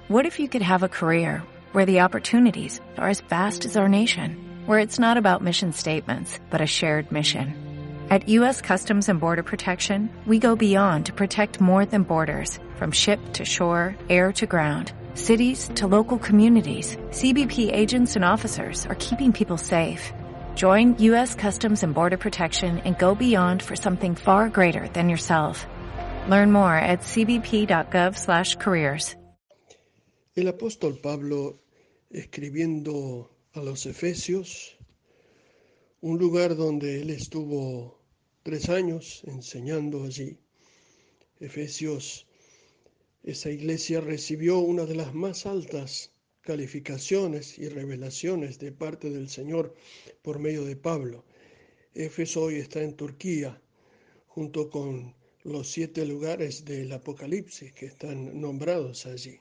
What if you could have a career where the opportunities are as vast as our nation, where it's not about mission statements, but a shared mission? At U.S. Customs and Border Protection, we go beyond to protect more than borders, from ship to shore, air to ground, cities to local communities. CBP agents and officers are keeping people safe. Join U.S. Customs and Border Protection and go beyond for something far greater than yourself. Learn more at cbp.gov/careers. El apóstol Pablo, escribiendo a los Efesios, un lugar donde él estuvo 3 años enseñando allí. Efesios, esa iglesia recibió una de las más altas calificaciones y revelaciones de parte del Señor por medio de Pablo. Éfeso hoy está en Turquía, junto con los 7 lugares del Apocalipsis que están nombrados allí.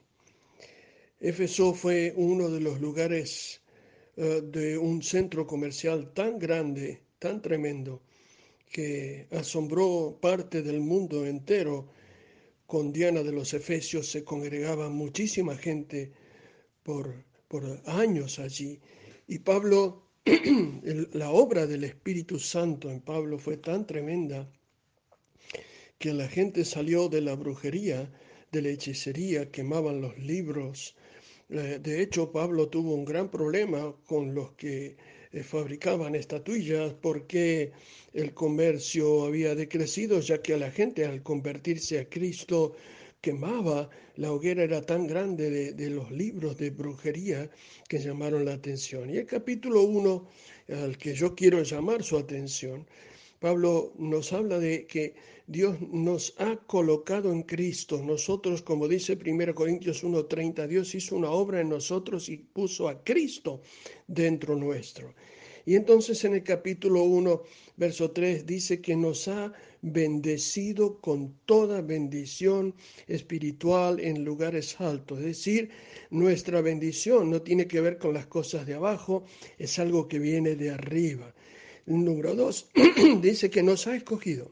Éfeso fue uno de los lugares de un centro comercial tan grande, tan tremendo, que asombró parte del mundo entero. Con Diana de los Efesios se congregaba muchísima gente por años allí. Y Pablo, la obra del Espíritu Santo en Pablo fue tan tremenda que la gente salió de la brujería, de la hechicería, quemaban los libros. De hecho, Pablo tuvo un gran problema con los que fabricaban estatuillas porque el comercio había decrecido, ya que la gente al convertirse a Cristo quemaba. La hoguera era tan grande de los libros de brujería que llamaron la atención. Y el capítulo 1, al que yo quiero llamar su atención, Pablo nos habla de que Dios nos ha colocado en Cristo. Nosotros, como dice 1 Corintios 1:30, Dios hizo una obra en nosotros y puso a Cristo dentro nuestro. Y entonces en el capítulo 1, verso 3, dice que nos ha bendecido con toda bendición espiritual en lugares altos. Es decir, nuestra bendición no tiene que ver con las cosas de abajo, es algo que viene de arriba. Número 2, dice que nos ha escogido.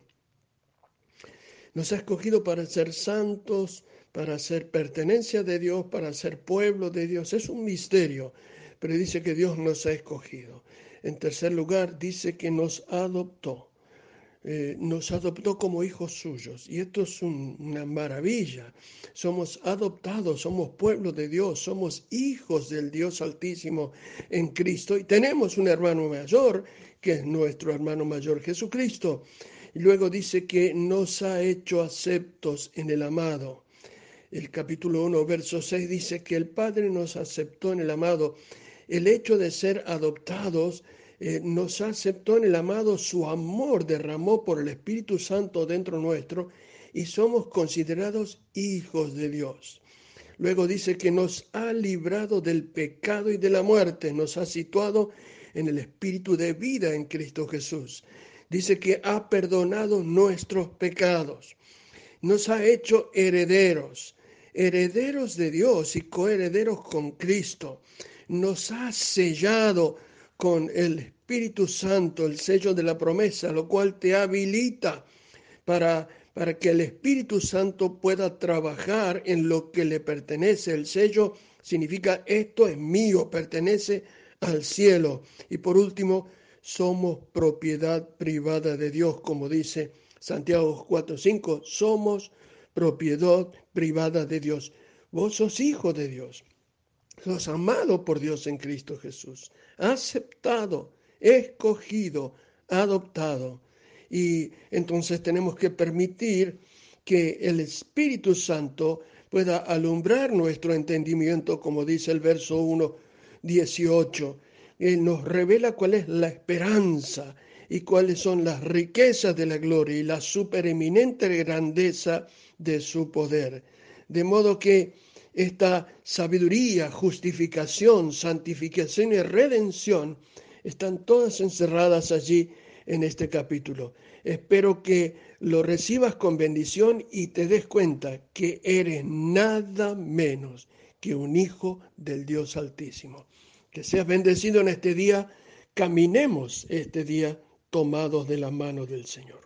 Nos ha escogido para ser santos, para ser pertenencia de Dios, para ser pueblo de Dios. Es un misterio, pero dice que Dios nos ha escogido. En tercer lugar, dice que nos adoptó. Nos adoptó como hijos suyos. Y esto es una maravilla. Somos adoptados, somos pueblo de Dios, somos hijos del Dios Altísimo en Cristo. Y tenemos un hermano mayor, que es nuestro hermano mayor Jesucristo. Y luego dice que nos ha hecho aceptos en el amado. El capítulo 1, verso 6 dice que el Padre nos aceptó en el amado. El hecho de ser adoptados nos aceptó en el amado, su amor derramó por el Espíritu Santo dentro nuestro y somos considerados hijos de Dios. Luego dice que nos ha librado del pecado y de la muerte, nos ha situado en el espíritu de vida en Cristo Jesús. Dice que ha perdonado nuestros pecados, nos ha hecho herederos, herederos de Dios y coherederos con Cristo. Nos ha sellado con el Espíritu Santo, el sello de la promesa, lo cual te habilita para que el Espíritu Santo pueda trabajar en lo que le pertenece. El sello significa esto es mío, pertenece al cielo. Y por último, somos propiedad privada de Dios, como dice Santiago 4:5, somos propiedad privada de Dios. Vos sos hijo de Dios, sos amado por Dios en Cristo Jesús, aceptado, escogido, adoptado. Y entonces tenemos que permitir que el Espíritu Santo pueda alumbrar nuestro entendimiento, como dice el verso 1:18. Él nos revela cuál es la esperanza y cuáles son las riquezas de la gloria y la supereminente grandeza de su poder. De modo que esta sabiduría, justificación, santificación y redención están todas encerradas allí en este capítulo. Espero que lo recibas con bendición y te des cuenta que eres nada menos que un hijo del Dios Altísimo. Que seas bendecido en este día, caminemos este día tomados de la mano del Señor.